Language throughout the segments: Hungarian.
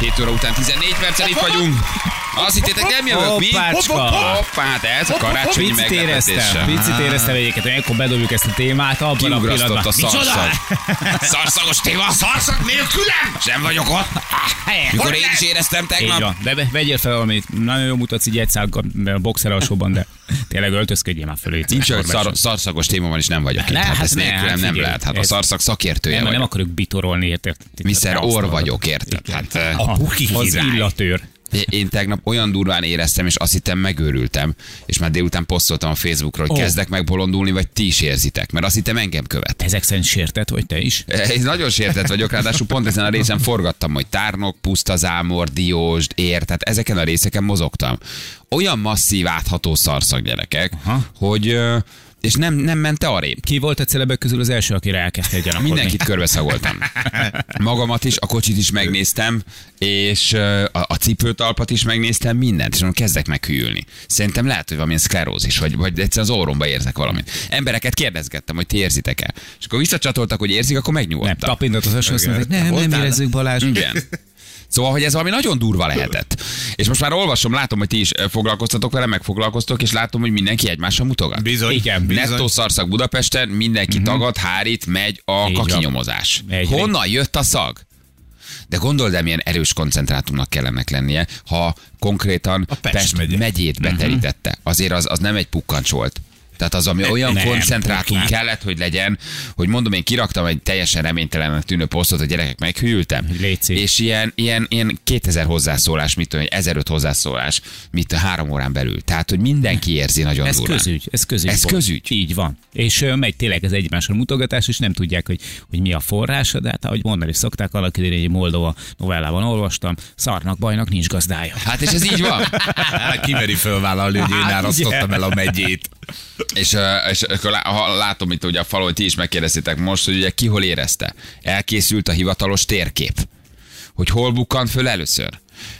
7 óra után 14 perccel itt vagyunk. Azt hittétek, nem jövök, mi? Hoppá, hát ez a karácsonyi meglepetés. Picit éreztem egyébként, hogy ekkor bedobjuk ezt a témát, abban a pillanatban. A szarszag. Szarszagos téma, szarszag nélkülem! Sem vagyok ott. Mikor én is éreztem tegnap. Így van, de vegyél fel valamit, nagyon jól mutatsz így egy szálkkal a boxer alsóban, de tényleg öltözködjél már fölé. Nincs, hogy szarszagos téma van, és nem vagyok itt. Hát ezt nélkülem nem lehet. Hát a szarszag szakértője vagyok. Nem akarok bitorolni, érted? Mr. Orr vagyok, érted? A puki az illatőr. Én tegnap olyan durván éreztem, és azt hittem megőrültem, és már délután posztoltam a Facebookra, hogy kezdek meg bolondulni, vagy ti is érzitek, mert azt hittem engem követ. Ezek szerint sértett, vagy te is? Én nagyon sértett vagyok, ráadásul pont ezen a részen forgattam, hogy Tárnok, Pusztazámor, Diósd, Ér, tehát ezeken a részeken mozogtam. Olyan masszív, átható szarszag gyerekek, hogy... És nem ment arrébb. Ki volt a celebek közül az első, akire elkezdte gyanakodni? Mindenkit körbeszagoltam. Magamat is, a kocsit is megnéztem, és a cipőtalpat is megnéztem, mindent, és kezdek meghűlni. Szerintem lehet, hogy valamilyen szklerózis, vagy egyszerűen az orromba érzek valamit. Embereket kérdezgettem, hogy ti érzitek-e. És akkor visszacsatoltak, hogy érzik, akkor megnyugodtam. Nem, tapintott az azt mondta, hogy nem érezzük, Balázs. Igen. Szóval, hogy ez valami nagyon durva lehetett. És most már olvasom, látom, hogy ti is foglalkoztatok vele, megfoglalkoztok, és látom, hogy mindenki egymással mutogat. Bizony. Igen, Nettó szarszag Budapesten, mindenki tagad, hárít, megy a kakinyomozás. Honnan jött a szag? De gondold el, milyen erős koncentrátumnak kellene lennie, ha konkrétan Pest megyét beterítette. Azért az nem egy pukkancs volt. Tehát az, ami olyan koncentrátum kellett, hogy legyen, hogy mondom, én kiraktam egy teljesen reménytelennek tűnő posztot, a gyerekek meghűltem. És ilyen 2000 hozzászólás, mit tudom, 1005 hozzászólás, mit 3 órán belül. Tehát, hogy mindenki érzi nagyon durván. Ez közügy. Így van. És megy tényleg az egymásra mutogatás, és nem tudják, hogy mi a forrása, de hát ahogy mondani szokták, alakidén egy Moldova novellában olvastam, szarnak, bajnak nincs gazdája. Hát és ez így van. Kimeri fölvállalni, hogy én árasztottam el a megyét. És akkor látom itt ugye a falon, hogy ti is megkérdeztétek most, hogy ugye ki hol érezte. Elkészült a hivatalos térkép, hogy hol bukkant föl először.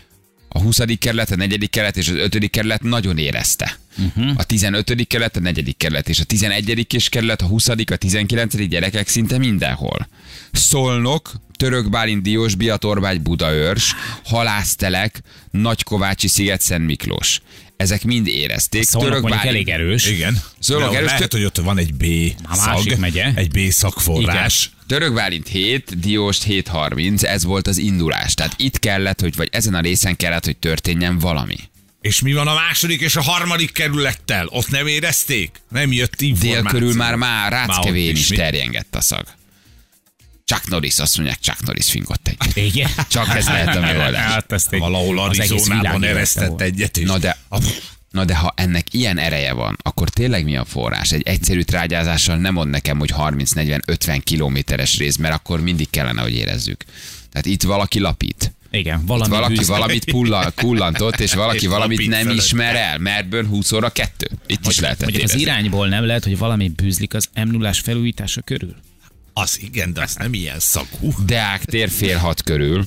A 20. kerület, a 4. kerület és az 5. kerület nagyon érezte. A 15. kerület, a 4. kerület és a 11. kerület, a 20., a 19. gyerekek szinte mindenhol. Szolnok, Török Bálint, Diós, Biatorbágy, Budaörs, Halásztelek, Nagykovácsi sziget, Szent Miklós. Ezek mind érezték. Szolnok mondjuk elég erős. Igen. Szolnok erős. Lehet, hogy ott van egy B szag, egy B szakforrás. Török Bálint 7, Dióst 7:30, ez volt az indulás. Tehát itt kellett, vagy ezen a részen kellett, hogy történjen valami. És mi van a 2. és a 3. kerülettel? Ott nem érezték? Nem jött információ? Dél körül már Ráckevén is terjengett a szag. Chuck Norris, azt mondják, Chuck Norris fingott egy. Igen. Csak ez lehet a megoldás. Hát valahol Arizonában eresztett egyet is. Na de ha ennek ilyen ereje van, akkor tényleg mi a forrás? Egy egyszerű trágyázással nem mond nekem, hogy 30-40-50 kilométeres rész, mert akkor mindig kellene, hogy érezzük. Tehát itt valaki lapít. Igen, valaki valamit kullantott, és valaki valamit nem ismer el, Melbourne 20 óra 2. Itt is lehetett érezni. Az irányból nem lehet, hogy valami bűzlik az M0-ás felújítása körül? Az igen, de az nem ilyen szagú. Deák tér 5:30 körül.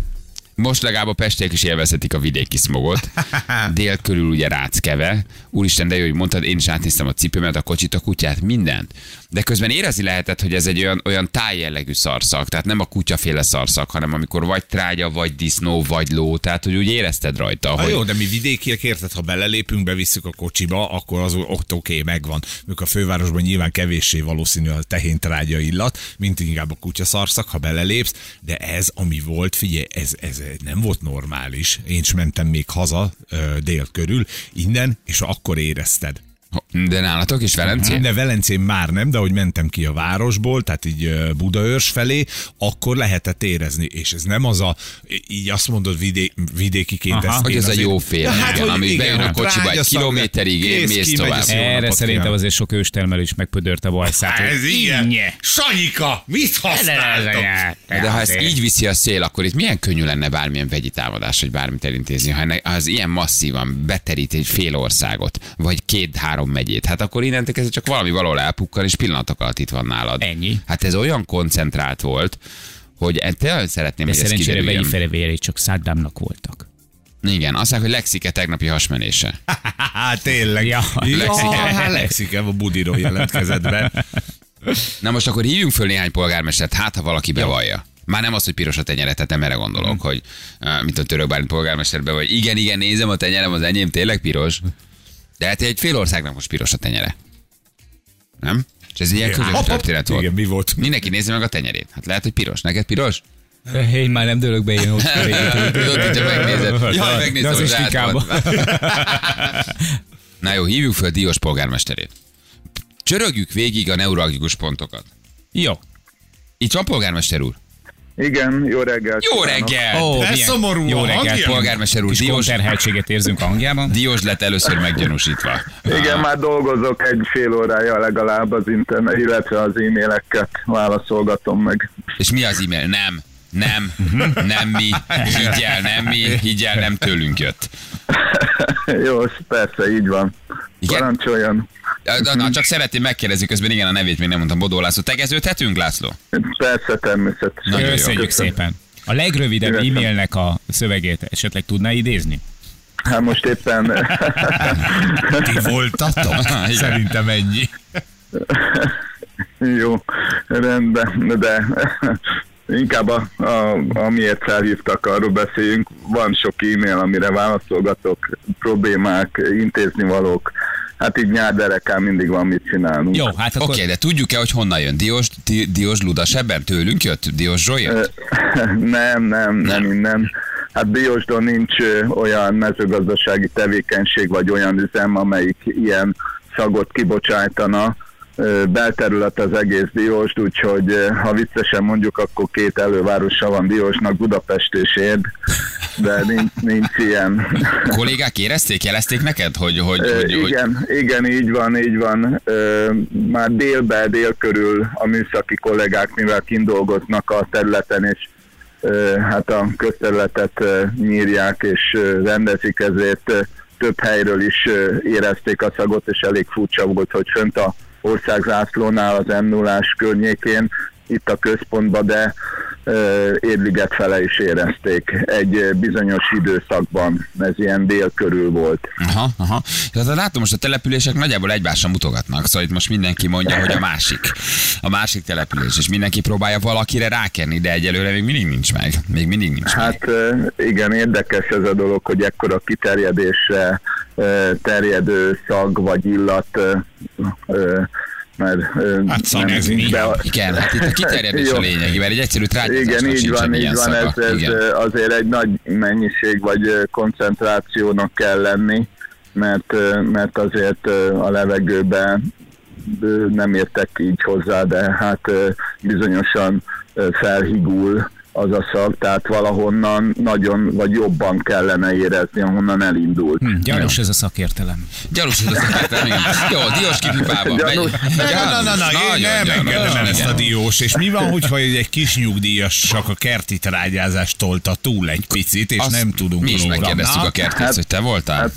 Most legalább a pestiek is élvezhetik a vidéki szmogot. Dél körül ugye Ráckeve. Úristen, de jó, hogy mondtad, én is átnéztem a cipőmet, a kocsit, a kutyát, mindent. De közben érezni lehetett, hogy ez egy olyan tájjellegű szarszag. Tehát nem a kutyaféle szarszag, hanem amikor vagy trágya, vagy disznó, vagy ló. Tehát, hogy úgy érezted rajta. Hogy... Jó, de mi vidékiek, érted, ha belelépünk, bevisszük a kocsiba, akkor az ott oké, megvan. Mikor a fővárosban nyilván kevéssé valószínű a tehéntrágya illat, mint inkább a kutyaszarszag, ha belelépsz. De ez, ami volt, figyelj, ez nem volt normális. Én is mentem még haza dél körül, innen, és akkor érezted. De nálatok is Velencén? De Velencén már nem, de ahogy mentem ki a városból, tehát így Budaörs felé, akkor lehetett érezni. És ez nem az a, így azt mondod vidékiként. Hogy ez a jó fél, ami bejön a kocsiba egy kilométerig, mész tovább. Erre szerintem azért sok őstermelő is megpödörte a bajszát. Ez igen. Sanyika, mit használtok? De ha ezt így viszi a szél, akkor itt milyen könnyű lenne bármilyen vegyi támadás, vagy bármit elintézni, ha az ilyen masszívan beterít egy fél országot, vagy 2-3 megyét. Hát akkor innentől kezdve csak valami valahol elpukkan, és pillanatok alatt itt van nálad. Ennyi. Hát ez olyan koncentrált volt, hogy tényleg szeretném, hogy ez kiderüljön. Szerencsére vegyi csak Saddamnak voltak. Igen, azt mondják, hogy Lexike tegnapi hasmenése. Tényleg. Ja. Lexike a budiról jelentkezett be. Na most akkor hívjunk föl néhány polgármestert, hát ha valaki bevallja. Már nem az, hogy piros a tenyere, tehát nem erre gondolok, hogy mint a Török Bálint polgármesterben, vagy igen, nézem a tenyerem, az enyém tényleg piros. De hát egy fél országnak most piros a tenyere. Nem? És ez ilyen közös történet volt. Igen, mi volt? Mindenki nézze meg a tenyerét. Hát lehet, hogy piros. Neked piros? Én már nem dőlök be ilyen ott. Tudod, hogyha megnézed. Jaj, megnézem, hogy rád. Na jó, hívjuk föl Diós polgármesterét. Csörögjük végig a neuralgikus pontokat. Jó. Itt van polgármester úr? Igen, jó reggelt. Jó reggelt! Ez szomorú. Jó reggelt, polgármester úr. Diós terheltséget érzünk a hangjában. Diós lett először meggyanúsítva. Igen, már dolgozok egy fél órája legalább az internet, illetve az e-maileket válaszolgatom meg. És mi az e-mail? Nem mi. Higgyel, nem tőlünk jött. Jó, persze, így van. Igen? Parancsoljon. Na, csak szeretném megkérdezni, közben igen, a nevét még nem mondtam, Bodó László. Tegeződhetünk, László? Persze, természetesen. Köszönjük szépen. A legrövidebb e-mailnek a szövegét esetleg tudná idézni? Hát most éppen... Ti voltatok? Szerintem ennyi. Jó, rendben, de inkább amiért felhívtak, arról beszéljünk. Van sok e-mail, amire válaszolgatok, problémák, intéznivalók. Hát így nyárderekán mindig van mit csinálnunk. Jó, hát akkor... Oké, de tudjuk-e, hogy honnan jön? Diós Ludas ebben? Tőlünk jött? Diós Zsoly jött? Nem innen. Hát Diósdon nincs olyan mezőgazdasági tevékenység, vagy olyan üzem, amelyik ilyen szagot kibocsájtana. Belterület az egész Diósd, úgyhogy ha viccesen mondjuk, akkor 2 elővárosa van Diósnak, Budapest és Érd, de nincs ilyen. A kollégák jelezték neked, hogy... Igen, így van. Már dél körül a műszaki kollégák, mivel kindolgoznak a területen, és hát a közterületet nyírják és rendezik, ezért több helyről is érezték a szagot, és elég furcsa volt, hogy fönt a országzászlónál az M0-ás környékén, itt a központban, de Érliget fele is érezték egy bizonyos időszakban. Ez ilyen dél körül volt. Aha. Tehát látom, most a települések nagyjából egymásra mutogatnak, szóval itt most mindenki mondja, hogy a másik település, és mindenki próbálja valakire rákenni, de egyelőre még mindig nincs meg. Hát igen, érdekes ez a dolog, hogy ekkora kiterjedésre terjedő szag vagy illat, mert igen, hát itt a kiterjedés a lényeg, mert egy egyszerű trágyázásnak igen, így van, szaga. Ez azért egy nagy mennyiség vagy koncentrációnak kell lenni, mert azért a levegőben nem értek így hozzá, de hát bizonyosan felhigul az a szag, tehát valahonnan nagyon, vagy jobban kellene érezni, ahonnan elindult. Gyanús ez a szakértelem. Igen. Jó, Diós kipipába. Én nem engedem ezt a Diós. És mi van, hogyha egy kis nyugdíjas csak a kerti trágyázást tolta túl egy picit, és nem tudunk róla? Mi is megkérdeztük a kertet, hogy te voltál?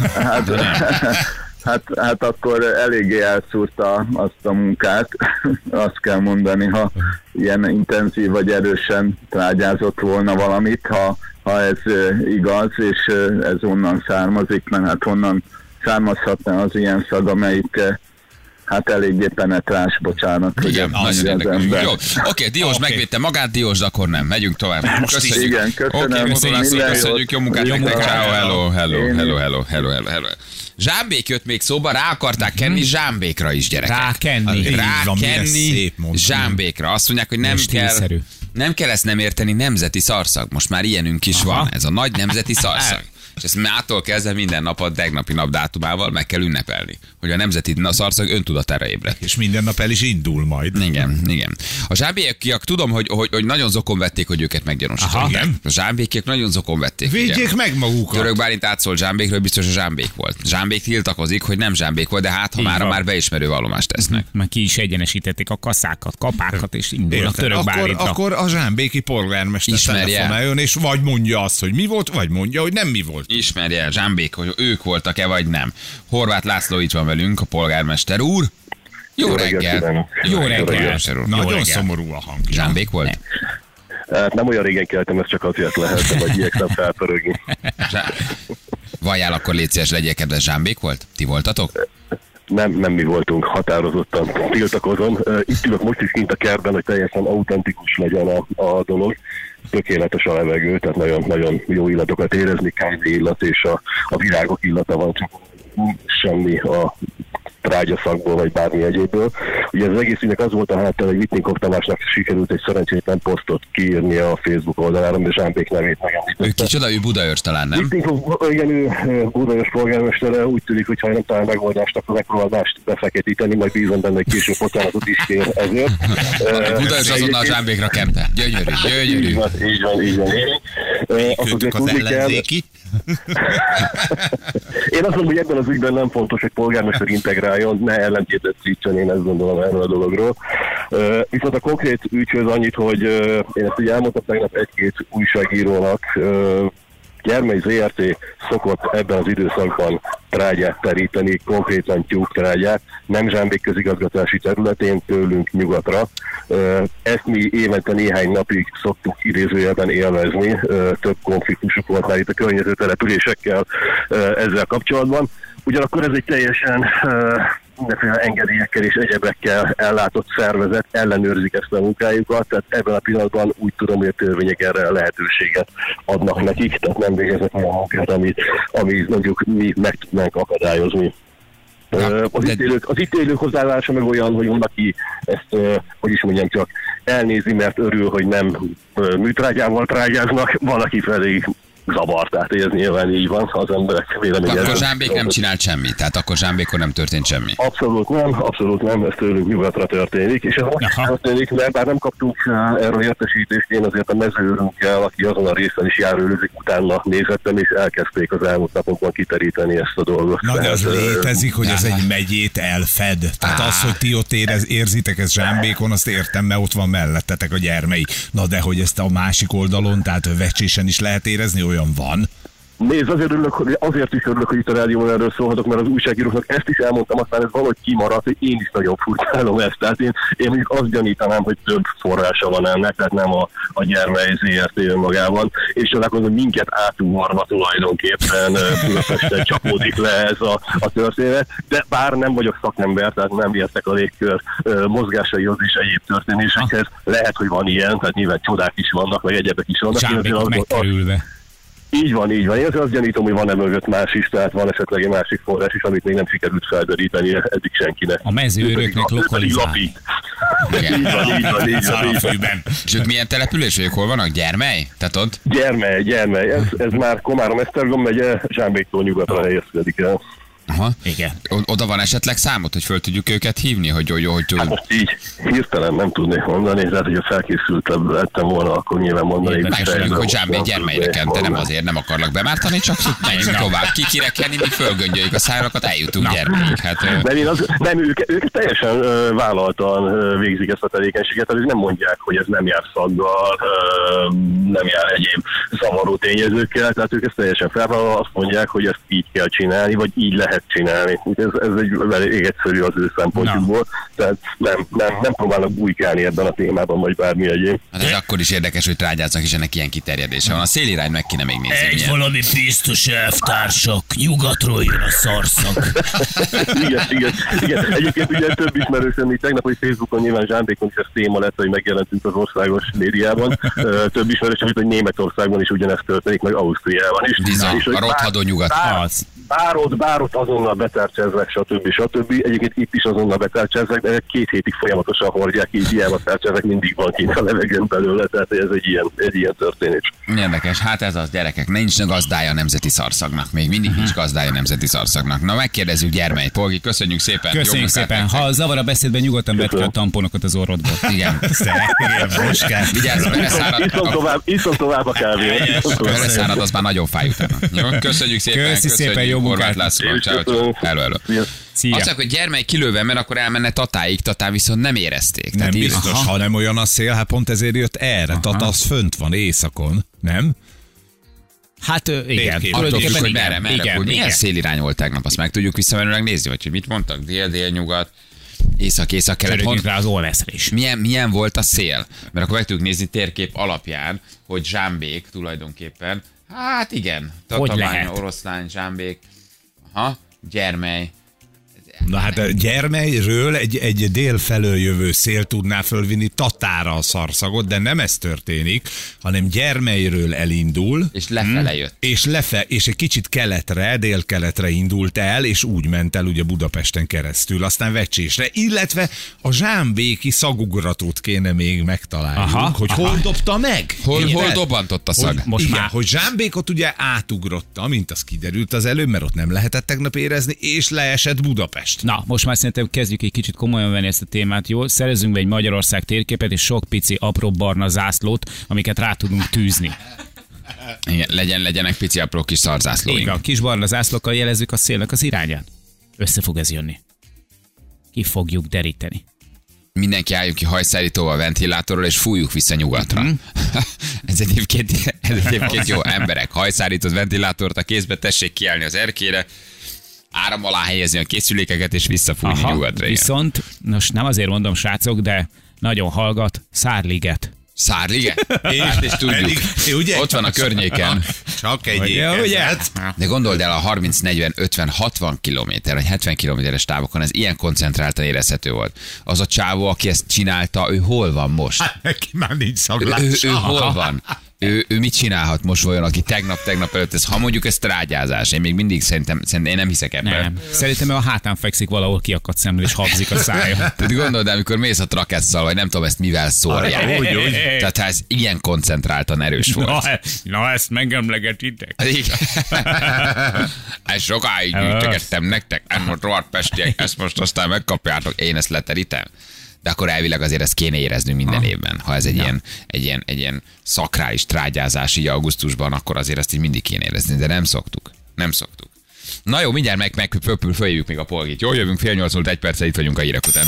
Hát akkor eléggé elszúrta azt a munkát, azt kell mondani, ha ilyen intenzív vagy erősen trágyázott volna valamit, ha ez igaz, és ez onnan származik, mert hát onnan származhatna az ilyen szag, amelyik hát eléggé penetráns, bocsánat. Igen, jó. Oké, Diós megvédte magát, Diós, de akkor nem. Megyünk tovább. Köszönjük. Igen, köszönöm. Köszönjük, jó munkát, hello. Zsámbék jött még szóba, rá akarták kenni zsámbékra is, gyerekek. Rákenni zsámbékra. Azt mondják, hogy nem kell ezt nem érteni, nemzeti szarszag. Most már ilyenünk is van. Ez a nagy nemzeti szarszag. És ezt mától kezdve minden nap a tegnapi nap dátumával meg kell ünnepelni, hogy a nemzeti szarszag öntudatára ébred. És minden nap el is indul majd. Igen. A zsámbékiak tudom, hogy nagyon zokon vették, hogy őket meggyanúsították. A zsámbékiak nagyon zokon vették. Védjék meg magukat. Török Bálint átszólt zsámbékről, biztos a zsámbék volt. Zsámbék tiltakozik, hogy nem zsámbék volt, de hát ha már beismerő vallomást tesznek. Már ki is egyenesítették a kasszákat, kapákat, és indul a Török Bálintra. Akkor a zsámbéki polgármester telefonáljon, és vagy mondja azt, hogy mi volt, vagy mondja, hogy nem mi volt. Ismerje el, Zsámbék, hogy ők voltak-e, vagy nem. Horváth László itt van velünk, a polgármester úr. Jó reggel. Nagyon szomorú a hang. Zsámbék volt? Hát nem olyan régen keltem, ez csak azért lehet, vagy igyekszem felpörögni. Vajjál, akkor légy szíves, legyél kedves, Zsámbék volt? Ti voltatok? nem mi voltunk határozottan tiltakozom. Itt ülök most is kint a kertben, hogy teljesen autentikus legyen a dolog. Tökéletes a levegő, tehát nagyon jó illatokat érezni, kávé illat és a virágok illata van, csak semmi a trágyaszakból, vagy bármi egyéből. Ugye az egész ügynek az volt a háttér, hogy Vitnikov Tamásnak sikerült egy szerencsétlen posztot kiírni a Facebook oldalára, de Zsámbék nevét megemlítette. Ő kicsoda, ő Budaörs talán, nem? Vitnikov, igen, ő Budaörs polgármestere, úgy tűnik, hogy ha nem talál megoldást, akkor megpróbál mást befeketíteni, majd bízom benne, hogy később bocsánatot is kér ezért. Budaörs azonnal a Zsámbékra kente. Gyönyörű. Így van. Ők az ellenzéki. Én azt mondom, hogy ebben az ügyben nem fontos, hogy polgármester integráljon, ne ellentétet szítsen, én ezt gondolom erről a dologról. Viszont a konkrét ügyhöz annyit, hogy én ezt ugye elmondtam tegnap egy-két újságírónak, Gyermely ZRT szokott ebben az időszakban trágyát teríteni, konkrétan tyúktrágyát, nem Zsámbék közigazgatási területén, tőlünk nyugatra. Ezt mi évente néhány napig szoktuk idézőjelben élvezni, több konfliktusuk volt már itt a környező településekkel ezzel kapcsolatban. Ugyanakkor ez egy teljesen mindenféle engedélyekkel és egyebekkel ellátott szervezet, ellenőrzik ezt a munkájukat, tehát ebben a pillanatban úgy tudom, hogy a törvények erre lehetőséget adnak nekik, tehát nem végeznek olyan munkát, amit mondjuk mi meg tudnánk akadályozni. Az itt élők hozzáállása meg olyan, hogy valaki ezt, hogy is mondjam, csak elnézi, mert örül, hogy nem műtrágyával trágyáznak, valaki pedig zavar, tehát ez nyilván így van, az emberek véleménye. Akkor Zsámbék nem csinált semmit, tehát akkor Zsámbékon nem történt semmi. Abszolút nem, ez tőlünk nyugatra történik, és ez most történik, mert bár nem kaptunk erről értesítést, én azért a mezőrünkkel, aki azon a részen is járőrözik, utána nézettem, és elkezdték az elmúlt napokban kiteríteni ezt a dolgot. Na de az létezik, hogy ez egy megyét elfed. Tehát az, hogy ti ott érzitek ezt Zsámbékon, azt értem, mert ott van mellettetek a Gyermely. Na de hogy ezt a másik oldalon, tehát Vecsésen is lehet érezni, olyan van? Nézd, azért is örülök, hogy itt a rádióban erről szólhatok, mert az újságíróknak ezt is elmondtam, aztán ez valahogy kimaradt, hogy én is nagyon furcsálom ezt. Tehát én mondjuk azt gyanítanám, hogy több forrása van ennek, tehát nem a Gyermely ZRT önmagában, és találkozom, hogy minket átugorva tulajdonképpen Budapesten csapódik le ez a történet, de bár nem vagyok szakember, tehát nem értek a légkör mozgásaihoz és egyéb történésekhez. Lehet, hogy van ilyen, tehát nyilván csodák is vannak, vagy egyebek is vannak. Zsámbékot megkerülve. Így van. Én azt gyanítom, hogy van mögött más is, tehát van esetleg egy másik forrás is, amit még nem sikerült felderíteni eddig senkinek. A mezőröknek lokalizálni. Így van. És ők milyen település, vagy hol vannak? Gyermely? Tehát ott? Gyermely. Ez már Komárom-Esztergom megye, Zsámbéktól nyugatra helyezkedik el. Aha. Igen. Oda van esetleg számot, hogy föl tudjuk őket hívni? Hogy hát most így hirtelen nem tudnék mondani, tehát hogyha felkészültebb lettem volna, akkor nyilván mondanék. Megmondjuk, hogy Zsámbék Gyermelyre kente, nem azért nem akarlak bemártani, csak menjünk tovább. Kikirekelni, mi fölgöngyöljük a szárakat, eljutunk Gyermelyig. Hát, ők teljesen vállaltan végzik ezt a tevékenységet, tehát ők nem mondják, hogy ez nem jár szaggal, nem jár egyéb zavaró tényezőkkel, tehát ők ezt teljesen felvállalva azt mondják, hogy ezt így kell csinálni, vagy így lehet csinálni. Ez egy elég egyszerű az ő szempontjukból, tehát nem próbálnak bujkálni ebben a témában, vagy bármi egyéb. Hát ez akkor is érdekes, hogy trágyáznak, és ennek ilyen kiterjedése van. A szélirány meg kéne még nézni. Egy valami biztos, elvtársak, nyugatról jön a szarszak. Igen. Egyébként ugye több ismerősöm, így tegnap, hogy Facebookon nyilván Zsámbékon is ez téma lett, hogy megjelentünk az országos médiában. Több ismerősöm, hogy Németországban is ugyanezt történik, meg Ausztriában is. Bizony, a rothadó nyugat. Bár ott azonnal betárcsáznak, stb. Egyébként itt is azonnal betárcsáznak, de 2 hétig folyamatosan hordják, így hiába tárcsáznak, mindig van kint a levegőn belőle, tehát ez egy ilyen történés. Érdekes, hát ez az, gyerekek, nincs gazdája a nemzeti szarszagnak, még mindig nincs gazdája a nemzeti szarszagnak. Na megkérdezzük Gyermely, Polgi, köszönjük szépen. Köszönjük szépen, ha zavar a beszédben, nyugodtan vedd ki a tamponokat az orrodból. Igen. Most kell. Vigyázz, iszom tovább a kávé. Beleszárad, az már nagyon fáj utána. Jó, köszönjük szépen, jó munkát. Hello. Azt mondják, hogy Gyermely kilőve, mert akkor elmenne Tatáig, Tatán viszont nem érezték. Nem biztos, ha nem olyan a szél, hát pont ezért jött erre. Tata az fönt van éjszakon, nem? Hát igen. Attól függ, hogy merre. Milyen szélirány volt tegnap, azt meg tudjuk visszamenőleg nézni, vagy hogy mit mondtak? Dél-dél-nyugat, észak-észak-kelet. Törődjünk rá az Olveszre is. Milyen volt a szél? Mert akkor meg tudjuk nézni térkép alapján, hogy Zsámbék tulajdonképpen, hát igen, Tatabánya, Oroszlány, Zsámbék, Gyermely. Na hát Gyermelyről egy dél felől jövő szél tudná fölvinni Tatára a szarszagot, de nem ez történik, hanem Gyermelyről elindul. És lefele jött. És egy kicsit keletre, délkeletre indult el, és úgy ment el ugye Budapesten keresztül, aztán Vecsésre, illetve a zsámbéki szagugratót kéne még megtalálnunk, hogy hol dobta meg. Hol dobbantott a szag. Most igen, hogy Zsámbékot ugye átugrotta, mint az kiderült az előbb, mert ott nem lehetett tegnap érezni, és leesett Budapest. Na, most már szerintem kezdjük egy kicsit komolyan venni ezt a témát, jó? Szerezzünk be egy Magyarország térképet és sok pici apró barna zászlót, amiket rá tudunk tűzni. Igen, legyenek pici apró kis szarzászlóink. Igen, a kis barna zászlókkal jelezzük a szélnek az irányát. Össze fog ez jönni. Ki fogjuk deríteni. Mindenki álljon ki hajszállítóval, ventilátorral, és fújjuk vissza nyugatra. ez egyébként jó, emberek. Hajszállított ventilátort a kézbe, tessék kiállni az erkére, áram alá helyezni a készülékeket, és visszafújni nyugatra. Viszont, most nem azért mondom, srácok, de nagyon hallgat, Szárliget. Szárliget? Hát is tudjuk. Ugye? Ott van a környéken. Csak egy ékezet. De gondold el, a 30, 40, 50, 60 kilométer, vagy 70 kilométeres távokon ez ilyen koncentráltan érezhető volt. Az a csávó, aki ezt csinálta, ő hol van most? Hát neki már nincs szaglása. Ő hol van? Ő mit csinálhat most vajon, aki tegnap előtt, ha mondjuk ez trágyázás, én még mindig szerintem én nem hiszek ebben. Nem. Szerintem ő a hátán fekszik valahol kiakadt szemmel és habzik a szája. Tehát gondolod, amikor mész a trakesszal, vagy nem tudom ezt mivel szórják. Úgy. Tehát ez ilyen koncentráltan erős volt. Na ezt megemlegetitek. Ezt sokáig gyűjtögettem nektek, nem volt rohadt pestiek, ezt most aztán megkapjátok, én ezt leterítem. De akkor elvileg azért ezt kéne éreznünk minden évben. Ha ez egy ilyen szakrális trágyázás így augusztusban, akkor azért ezt így mindig kéne érezni, de nem szoktuk. Na jó, mindjárt följövjük még a polgit. Jó, jövünk 7:08, 1 perccel itt vagyunk a hírek után.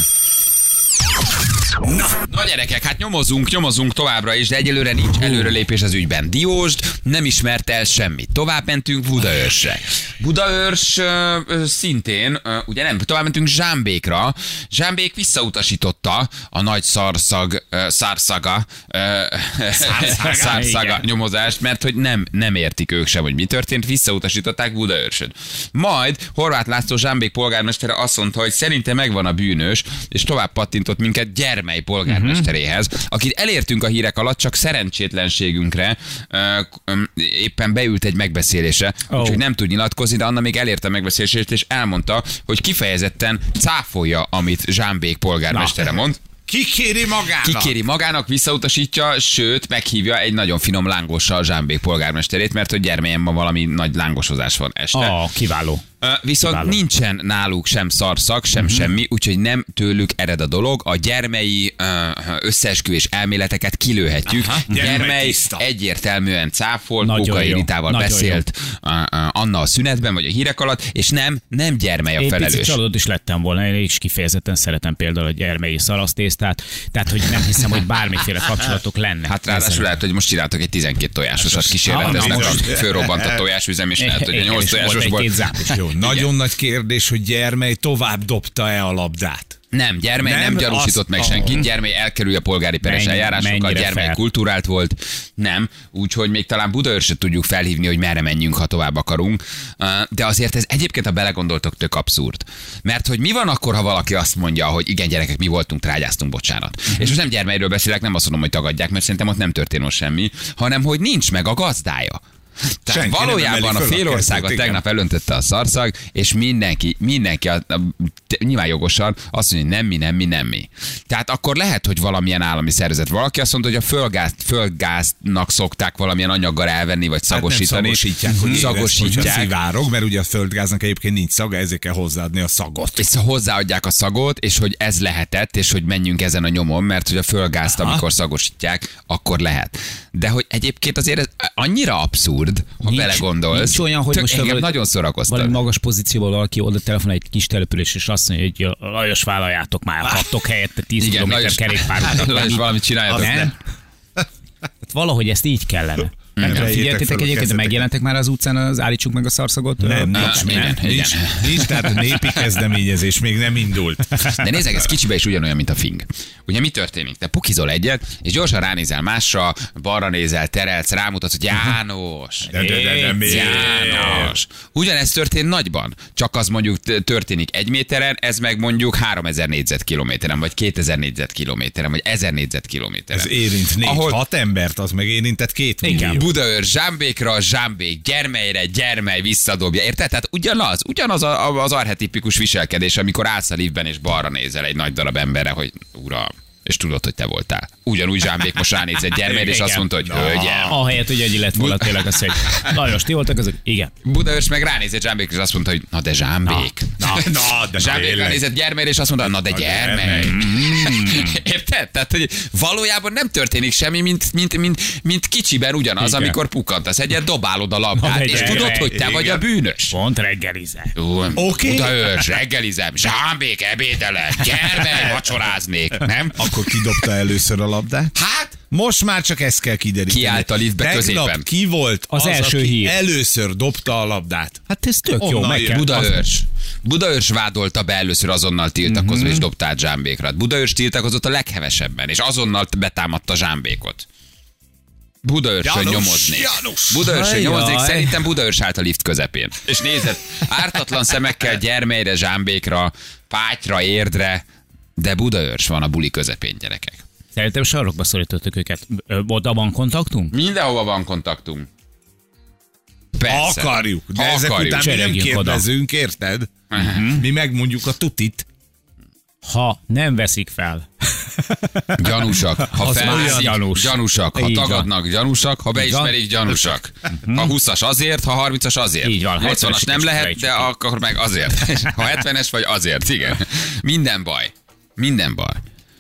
Na gyerekek, hát nyomozunk továbbra is, de egyelőre nincs előrelépés az ügyben. Diósd nem ismert el semmit. Tovább mentünk Budaörsre. Budaörs szintén, ugye nem, tovább mentünk Zsámbékra. Zsámbék visszautasította a nagy szársaga nyomozást, mert hogy nem értik ők sem, hogy mi történt, visszautasították Budaörsöt. Majd Horváth László Zsámbék polgármestere azt mondta, hogy szerintem megvan a bűnös, és tovább pattintott minket Gyermely polgármesteréhez, akit elértünk a hírek alatt, csak szerencsétlenségünkre éppen beült egy megbeszélésre, úgyhogy nem tud nyilatkozni, de Anna még elérte a megbeszélését, és elmondta, hogy kifejezetten cáfolja, amit Zsámbék polgármestere mond. Kikéri magának, visszautasítja, sőt, meghívja egy nagyon finom lángossal Zsámbék polgármesterét, mert hogy Gyermelyen ma valami nagy lángosozás van este. Kiváló. Viszont nincsen náluk sem szarszak, sem semmi, úgyhogy nem tőlük ered a dolog. A gyermei összeesküvés elméleteket kilőhetjük. Gyermely egyértelműen cáfolt, Pókai Ritával beszélt Anna a szünetben, vagy a hírek alatt, és nem Gyermely a felelős. Én picit csalódott is lettem volna, én is kifejezetten szeretem például a gyermelyi szarasztésztát, tehát hogy nem hiszem, hogy bármiféle kapcsolatok lenne. Hát ráadásul lehet, hogy most csináltak egy 12 tojásosat kísérleteznek, a fölrobbant a tojásüzem, és lehet, hogy a 8 tojásos volt. Nagyon nagy kérdés, hogy Gyermely tovább dobta-e a labdát? Nem, Gyermely nem gyanúsított meg senkit, Gyermely elkerülje a polgári peres eljárásokkal, Gyermely kultúrált volt, nem, úgyhogy még talán Budaörsöt tudjuk felhívni, hogy merre menjünk, ha tovább akarunk, de azért ez egyébként, ha belegondoltok, tök abszurd. Mert hogy mi van akkor, ha valaki azt mondja, hogy igen, gyerekek, mi voltunk, trágyáztunk, bocsánat. És most nem Gyermelyről beszélek, nem azt mondom, hogy tagadják, mert szerintem ott nem történt semmi, hanem hogy nincs meg a gazdája. Tehát valójában a fél országot tegnap elöntötte a szarszag, és mindenki nyilván jogosan azt mondja, hogy nem mi. Tehát akkor lehet, hogy valamilyen állami szervezet. Valaki azt mondta, hogy a földgáznak szokták valamilyen anyaggal elvenni, vagy szagosítani. Szagosítják. Szivárog, mert ugye a földgáznak egyébként nincs szaga, ezért kell hozzáadni a szagot. És hozzáadják a szagot, és hogy ez lehetett, és hogy menjünk ezen a nyomon, mert hogy a földgázt, amikor szagosítják, akkor lehet. De hogy egyébként azért ez annyira abszurd, ha belegondolsz. Nincs olyan, hogy most engem nagyon szórakoztat. Valami magas pozícióval valaki oda telefonál egy kis település, és azt mondja, hogy Lajos, vállaljátok már, kaptok helyette 10 km kerékpárutat. Lajos, valamit csináljátok. Nem? Hát valahogy ezt így kellene. Figyeltétek egyébként, megjelentek már az utcán az Állítsuk meg a szarszagot? Nincs, tehát a népi kezdeményezés még nem indult. De nézzek, ez kicsibe is ugyanolyan, mint a fing. Ugye mi történik? Te pukizol egyet, és gyorsan ránézel másra, balra nézel, terelsz, rámutatsz, hogy János. János. Ugyanezt történt nagyban. Csak az mondjuk történik 1 méteren, ez meg mondjuk 3000 négyzetkilométeren, vagy 2000 négyzetkilométeren, vagy 1000 négyzetkilométeren. Ez érint 4-6 embert, az meg érintett 2 millió. Budaörs Zsámbékra, Zsámbék Gyermelyre, Gyermely visszadobja. Érted? Tehát ugyanaz az archetipikus viselkedés, amikor állsz a liftben és balra nézel egy nagy darab emberre, hogy uram, és tudod, hogy te voltál. Ugyanúgy Zsámbék most ránéz egy Gyermelyre, és azt mondta, hogy hölgyem. Ahelyett, hogy egy lett volna tényleg az, hogy Lajos, ti voltak azok? Igen. Budaörs meg ránéz egy Zsámbék, és azt mondta, hogy na de Zsámbék. De Zsámbék ránézett Gyermelyre, és azt mondta, na de Gyermely. Érted? Tehát, hogy valójában nem történik semmi, mint kicsiben ugyanaz, amikor pukkantasz egyet, dobálod a labdát, és tudod, hogy te vagy a bűnös. Pont reggelizel. Budaörs, reggelizem, Zsámbék, ebédelem, Gyermely, vacsoráznék. Nem? Akkor kidobta először a labdát? Hát? Most már csak ezt kell kideríteni. Ki állt a liftbe középen? Ki volt az első aki hír? Először dobta a labdát? Hát ez tök jó. Budaörs vádolta be először, azonnal tiltakozva, és dobta át Zsámbékra. Budaörs tiltakozott a leghevesebben, és azonnal betámadta Zsámbékot. Budaörsön nyomoznék. Budaörsön nyomoznék, szerintem Budaörs állt a lift közepén. És nézed, ártatlan szemekkel Gyermelyre, Zsámbékra, Pátyra, Érdre, de Budaörs van a buli közepén, gyerekek. Szerintem sarokba szorítottuk őket. Oda van kontaktunk? Mindenhova van kontaktunk. Persze. Akarjuk, de ezek után mi nem kérdezünk, érted? Mi megmondjuk a tutit. Ha nem veszik fel. Gyanúsak. Ha felveszik, gyanúsak. Ha így tagadnak, van. gyanúsak. Ha beismerik, gyanúsak. Ha 20-as azért, ha 30-as azért. Így van. 80-as nem lehet, de akkor meg azért. Ha 70-es vagy azért, igen. Minden baj. Minden baj.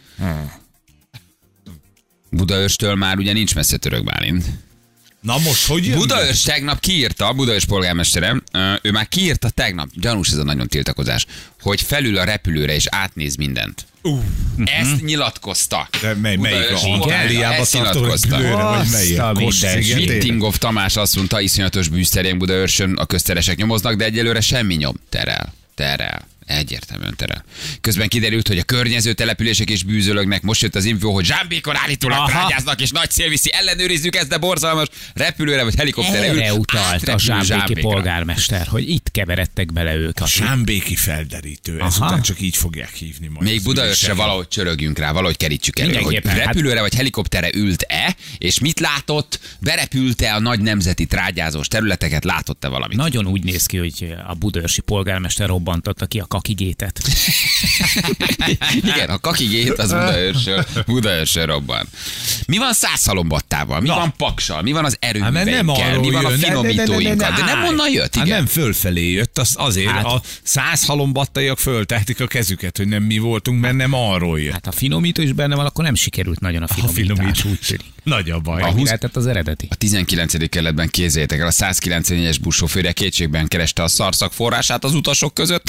Budaörstől már ugye nincs messze Török Bálint. Na most, hogy jön? Budaörs tegnap kiírta, Budaörs polgármestere, ő már kiírta tegnap, gyanús ez a nagyon tiltakozás, hogy felül a repülőre és átnéz mindent. Ezt nyilatkozta. De melyik a Hatáliába tartó repülőre, vagy melyik? Vittingov Tamás azt mondta, iszonyatos bűzterén Budaörsön a közteresek nyomoznak, de egyelőre semmi nyom. Terel. Egyértelműen terel. Közben kiderült, hogy a környező települések is bűzölögnek. Most jött az info, hogy Zsámbékon állítólag trágyáznak, és nagy szél viszi. Ellenőrizzük ezt, de borzalmas. Repülőre vagy helikopterre ül. Erre utalt a zsámbéki polgármester, hogy itt keveredtek bele ők. A zsámbéki felderítő. Ezután csak így fogják hívni majd. Még Budaörsre valahogy csörögjünk rá, valahogy kerítsük elő, hogy repülőre vagy helikopterre ült-e, és mit látott, berepült-e a nagy nemzeti trágyázós területeket, látott-e valamit? Nagyon úgy néz ki, hogy a budaörsi polgármester robbantotta ki a kakigétet. Igen, a kakigét az Budaörsön robban. Mi van Szászhalombattával? Mi van Paksal? Mi van az erőműveinkkel? Mi van a finomítóinkkal? De nem onnan jött, igen? Nem fölfelé jött, azért a Szászhalombattaiak föltehetik a kezüket, hogy nem mi voltunk, mert nem arról jött. Hát a finomító is benne van, akkor nem sikerült nagyon a finomítás. Úgy tűnik. Nagy a baj. Lehetett az eredeti. A 19. kerületben kézzétek el, a 194-es buszsofőrje kétségben kereste a szarszag forrását az utasok között.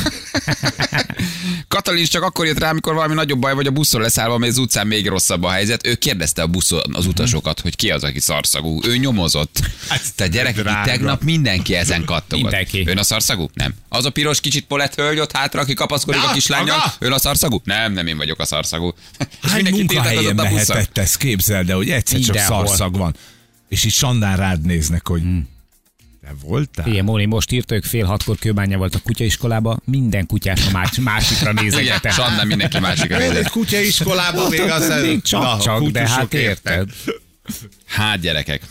Katalin is csak akkor jött rá, amikor valami nagyobb baj vagy a buszon leszállva, mert az utcán még rosszabb a helyzet. Ő kérdezte a buszon az utasokat, hogy ki az, aki szarszagú. Ő nyomozott. Tehát gyerekek, tegnap mindenki ezen kattogott. Ön a szarszagú? Nem. Az a piros kicsit polett hölgy ott hátra, aki kapaszkodik a kislánnyal. Ön a szarszagú? Nem én vagyok a szarszagú. Hány munkahelyen mehetett ez, képzeld el, hogy egyszer csak szarszag van. És itt Sandán rád néznek, hogy te voltál? Igen, Móni most írta, ők 5:30 Kőbánya volt a kutyaiskolában, minden kutyás a másikra nézett. Sandán mindenki másikra nézett. Egy kutyaiskolában még azt még csak, de hát érted. Hát gyerekek.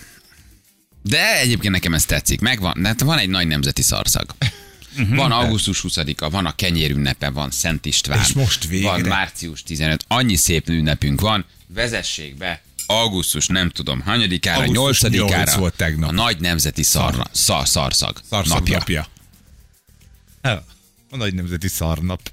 De egyébként nekem ez tetszik. Megvan, hát van egy nagy nemzeti szarszag. Van augusztus 20-a, van a kenyérünnepe, van Szent István. És most végre. Van március 15. Annyi szép ünnepünk van. Vezessék be augusztus nem tudom hanyadikára, 8-ára a nagy nemzeti szarszag napja. A nagy nemzeti szarnap.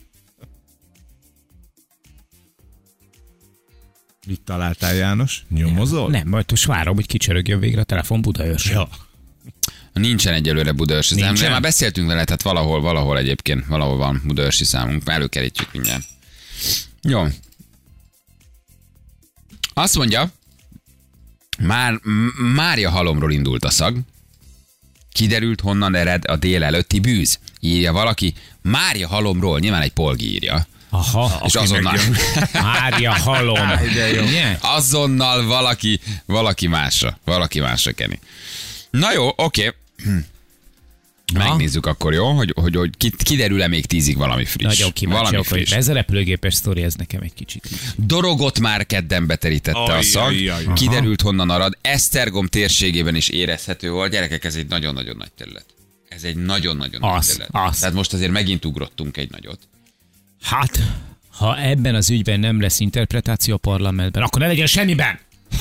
Mit találtál, János? Nyomozol? Nem, majd most várom, hogy kicsörögjön végre a telefon Budaörsön. Ja. Nincsen egyelőre Budaörsi számunk, de már beszéltünk vele, tehát valahol egyébként, valahol van Budaörsi számunk, már előkerítjük mindjárt. Jó. Azt mondja, Mária halomról indult a szag. Kiderült, honnan ered a délelőtti bűz. Írja valaki. Mária halomról, nyilván egy polgi írja. Aha, és azonnal... Mária halom. Azonnal valaki másra keni. Na jó, oké. Megnézzük akkor, jó? Hogy kiderül-e még 10-ig valami friss. Nagyon kíváncsi, hogy ez a repülőgépes sztori, ez nekem egy kicsit. Dorogot már kedden beterítette a szag. Kiderült, honnan arad. Esztergom térségében is érezhető volt. Gyerekek, ez egy nagyon-nagyon nagy terület. Ez egy nagyon-nagyon nagy terület. Tehát most azért megint ugrottunk egy nagyot. Hát, ha ebben az ügyben nem lesz interpretáció a parlamentben, akkor ne legyen semmiben!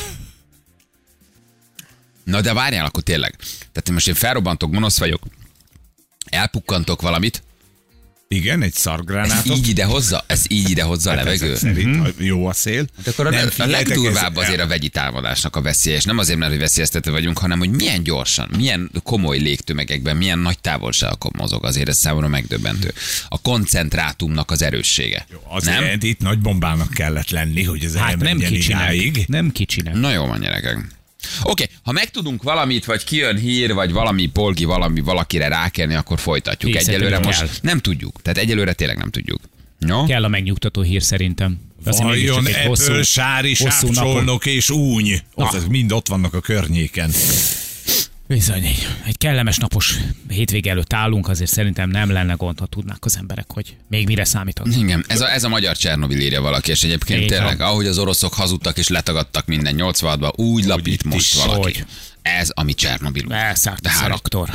Na de várjál akkor tényleg. Tehát most én felrobbantok, gonosz vagyok, elpukkantok valamit. Igen, egy szargránátot. Ez így ide hozza a levegő. Szerint jó a szél. De akkor a legdurvább azért a vegyi támadásnak a veszélye, és nem azért, mert hogy veszélyeztető vagyunk, hanem hogy milyen gyorsan, milyen komoly légtömegekben, milyen nagy távolságokon mozog, azért ez számomra megdöbbentő. A koncentrátumnak az erőssége. Jó, azért itt nagy bombának kellett lenni, hogy ez elmenjen idáig. Nem kicsinek. Na jó van, gyerekek. Oké, ha megtudunk valamit, vagy kijön hír, vagy valami polgi valakire rákelni, akkor folytatjuk. Egyelőre most nem tudjuk. Tehát egyelőre tényleg nem tudjuk. No? Kell a megnyugtató hír szerintem. Vajon ebből Sári, Sávcsolnok és Úny. Mind ott vannak a környéken. Bizony, egy kellemes napos hétvége előtt állunk, azért szerintem nem lenne gond, ha tudnák az emberek, hogy még mire számíthat. Igen, ez a magyar Csernobil, írja valaki, és egyébként tényleg, ahogy az oroszok hazudtak és letagadtak minden 86-ban, úgy lapít most valaki. Hogy? Ez a mi Csernobil. Elszállt a szaraktor.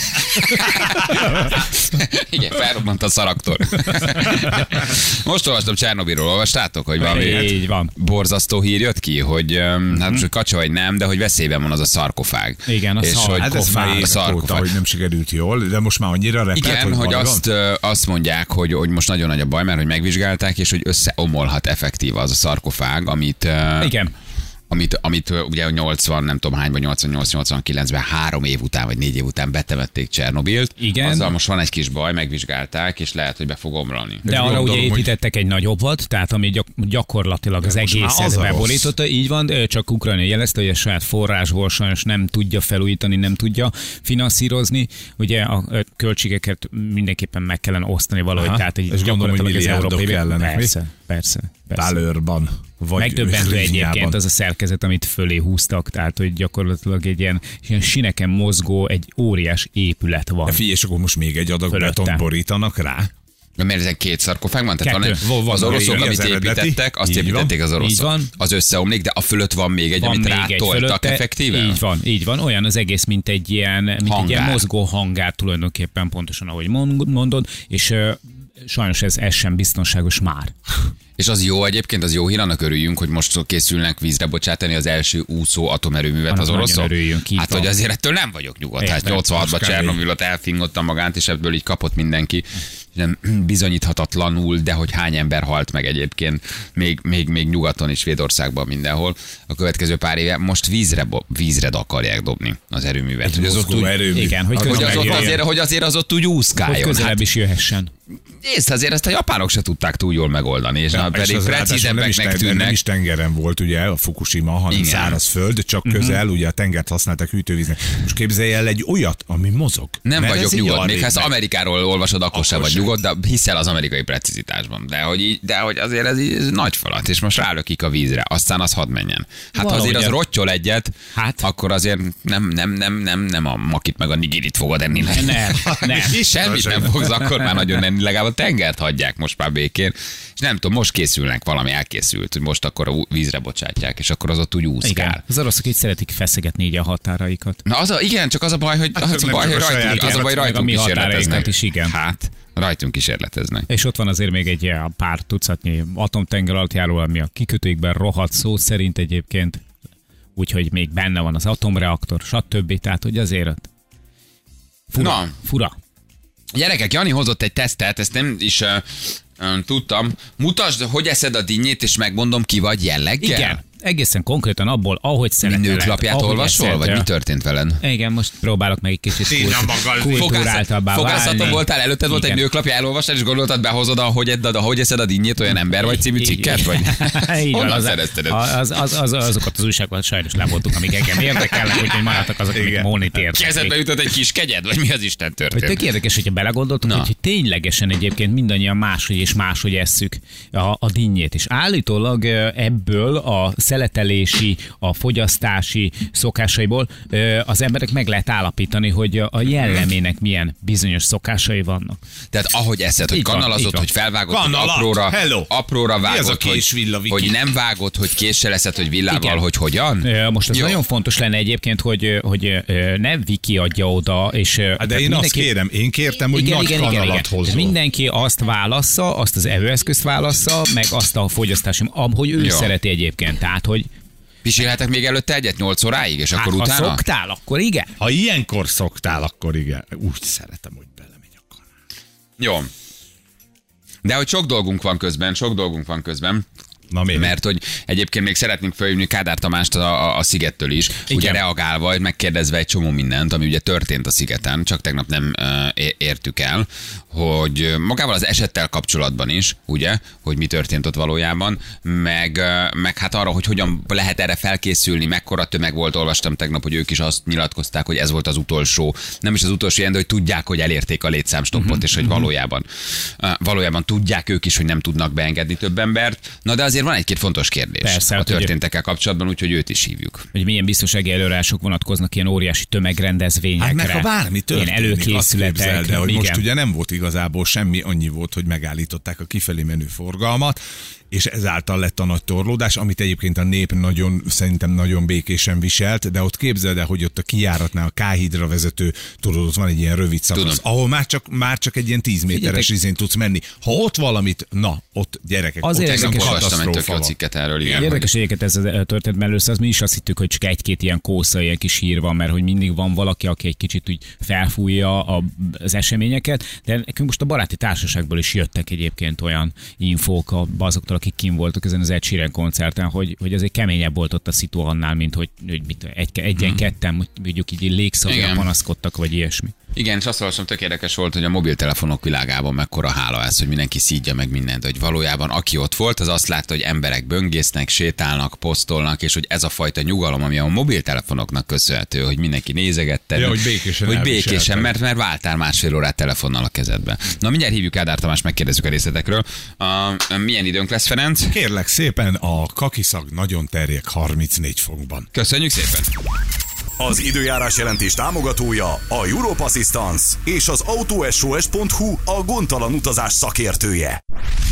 Igen, felrobbant a szaraktor. Most olvastam Csernobilról, olvastátok, hogy valami borzasztó hír jött ki, hogy hát most kacsa vagy nem, de hogy veszélyben van az a szarkofág. Igen, és hogy a szarkofág, hogy nem sikerült jól, de most már annyira repet, igen, hogy azt mondják, hogy most nagyon nagy a baj, mert hogy megvizsgálták, és hogy összeomolhat effektív az a szarkofág, amit... Igen. Amit ugye 80, nem tudom hányban, 88-89-ben 3 év után, vagy 4 év után betemették Csernobilt. Igen. Azzal most van egy kis baj, megvizsgálták, és lehet, hogy be fog omlani. De arra ugye építettek egy nagyobbat, tehát ami gyakorlatilag az egészet beborította. Így van, csak Ukrajna jelezte, hogy a saját forrásból sajnos nem tudja felújítani, nem tudja finanszírozni. Ugye a költségeket mindenképpen meg kellene osztani valahogy. Aha. Tehát és gondolom, hogy milliárdok kellenek. Persze. Dollarban. Megdöbbentő egyébként az a szerkezet, amit fölé húztak, tehát hogy gyakorlatilag egy ilyen sineken mozgó, egy óriás épület van. De figyelj, és akkor most még egy adag betont borítanak rá. Mert ezen 2 szarkofág van? Tehát van az oroszok, amit építettek, azt építették az oroszok. Az összeomlik, de a fölött van még egy, amit rátoltak effektíve? Így van. Olyan az egész, mint egy ilyen mozgó hangár tulajdonképpen, pontosan ahogy mondod, és sajnos ez sem biztonságos már. És az jó egyébként, az jó hír, annak örüljünk, hogy most készülnek vízre bocsátani az első úszó atomerőművet az oroszok. Hát, hogy azért ettől nem vagyok nyugodt. Hát 86-ban Csernobilot elfingotta magát, és ebből így kapott mindenki. Bizonyíthatatlanul, de hogy hány ember halt meg egyébként, még nyugaton is, Svédországban, mindenhol. A következő pár éve most vízre akarják dobni az erőművet. Hogy az ott úgy, igen, hogy azért az ott úgy úszkáljon. Hogy közelebb is jöhessen. Nézd, azért ezt a japánok se tudták túl jól megoldani, és pedig precízebbeknek tűnnek. Nem is tengeren volt ugye a Fukushima, hanem száraz föld, csak közel, ugye a tengert használták hűtővíznek. Most képzelj el egy olyat, ami mozog. Nem vagyok nyugodt, még ha ezt Amerikáról olvasod, akkor sem vagy nyugodt, de hiszel az amerikai precizitásban. De hogy azért ez nagy falat, és most rálökik a vízre, aztán az hadd menjen. Hát ha azért az rottyol egyet, akkor azért nem a makit meg a nigirit fogod enni. Nem. Semmit nem fogsz akkor már nagyon enni, legalább a tengert hagyják most már békén. És nem tudom, most készülnek, valami elkészült, hogy most akkor a vízre bocsátják, és akkor az ott úgy úszkál. Igen. Az oroszok így szeretik feszegetni így a határaikat. Na igen, csak az a baj, hogy rajtunk kísérleteznek. Is, igen. Hát, rajtunk kísérleteznek. És ott van azért még egy pár tucatnyi atomtenger alattjáró, ami a kikötőikben rohadt szó szerint egyébként. Úgyhogy még benne van az atomreaktor, stb. Tehát, hogy azért fura. Gyerekek, Jani hozott egy tesztet, ezt nem is tudtam. Mutasd, hogy eszed a dinnyét, és megmondom, ki vagy jelleggel. Igen. egészen konkrétan abból, ahogy szeretnél. Nőklapját olvasol, vagy mi történt veled? Igen, most próbálok meg egy kicsit kultúráltabbá válni. Fogászaton voltál, előtted volt egy nőklapja, elolvastál, és gondoltad, behozod, ahogy eszed a dinnyét, olyan ember vagy című cikket, vagy? Honnan szerezted? Azokat az újságokat sajnos levoltuk, amik engem érdekelnek, úgyhogy maradtak azok, amik Mónit értek. Kezedbe jutott egy kis kegyed, vagy mi az Isten történt? Tök érdekes, hogyha belegondoltuk, hogy ténylegesen egyébként mindannyian máshogy és máshogy esszük a dinnyét. És állítólag ebből a szeletelési, a fogyasztási szokásaiból az emberek meg lehet állapítani, hogy a jellemének milyen bizonyos szokásai vannak. Tehát ahogy eszed, hogy kannalazott, hogy felvágod, hogy apróra vágod, hogy nem vágod, hogy késsel eszed, hogy villával, hogy hogyan? Most ez nagyon fontos lenne egyébként, hogy ne Viki adja oda, és... De én azt kérem, én kértem, hogy nagy kanalat hozzon. Mindenki azt válassza, azt az evőeszközt válassza, meg azt a fogyasztási, ahogy ő szereti egyébként. Tehát, hogy pisilhetek még előtte egyet 8 óráig, és akkor utána? Ha szoktál, akkor igen. Ha ilyenkor szoktál, akkor igen. Úgy szeretem, hogy belemegy a kanál. Jó. De hogy sok dolgunk van közben. Mert hogy egyébként még szeretnénk felhívni Kádár Tamást a Szigettől is, igen. Ugye reagálva, megkérdezve egy csomó mindent, ami ugye történt a Szigeten, csak tegnap nem értük el, hogy magával az esettel kapcsolatban is, ugye, hogy mi történt ott valójában, meg hát arra, hogy hogyan lehet erre felkészülni, mekkora tömeg volt, olvastam tegnap, hogy ők is azt nyilatkozták, hogy ez volt az utolsó, nem is az utolsó ilyen, de hogy tudják, hogy elérték a létszámstoppot, és hogy valójában tudják ők is, hogy nem tudnak beengedni több embert. Na de azért van egy-két fontos kérdés. Persze, a történtekkel kapcsolatban, úgyhogy őt is hívjuk. Hogy milyen biztonsági előírások vonatkoznak ilyen óriási tömegrendezvényekre. Hát meg ha bármi történik, előkészületek. De hogy most ugye nem volt igazából semmi, annyi volt, hogy megállították a kifelé menő forgalmat, és ezáltal lett a nagy torlódás, amit egyébként a nép szerintem nagyon békésen viselt, de ott képzeld el, hogy ott a kijáratnál a K-hídra vezető, tudod, ott van egy ilyen rövid szakasz, ahol már csak egy ilyen 10 méteres izén tudsz menni. Ha ott valamit, ott gyerekek, azért ott érdekes, olvastam egy tök jó cikket erről. Érdekes egyébként ez történt, mert először mi is azt hittük, hogy csak egy-két ilyen kósza, ilyen kis hír van, mert hogy mindig van valaki, aki egy kicsit úgy felfújja az eseményeket, de nekünk most a baráti társaságból is jöttek egyébként olyan infók azoktól, akik kim voltak ezen az Ed Sheeran koncerten, hogy azért keményebb volt ott a szitu annál, mint hogy egyen-ketten, mondjuk így légszavra panaszkodtak, vagy ilyesmi. Igen, és azt olvasom, tök érdekes volt, hogy a mobiltelefonok világában mekkora hála ez, hogy mindenki szídja meg mindent, hogy valójában aki ott volt, az azt látta, hogy emberek böngésznek, sétálnak, posztolnak, és hogy ez a fajta nyugalom, ami a mobiltelefonoknak köszönhető, hogy mindenki nézegette, ja, hogy békésen, mert váltál másfél órát telefonnal a kezedbe. Na mindjárt hívjuk Kádár Tamást, megkérdezzük a részletekről. Milyen időnk lesz, Ferenc? Kérlek szépen, a kakiszag nagyon terjek 34 fokban. Köszönjük szépen! Az időjárás jelentés támogatója a Europe Assistance és az autosos.hu a gondtalan utazás szakértője.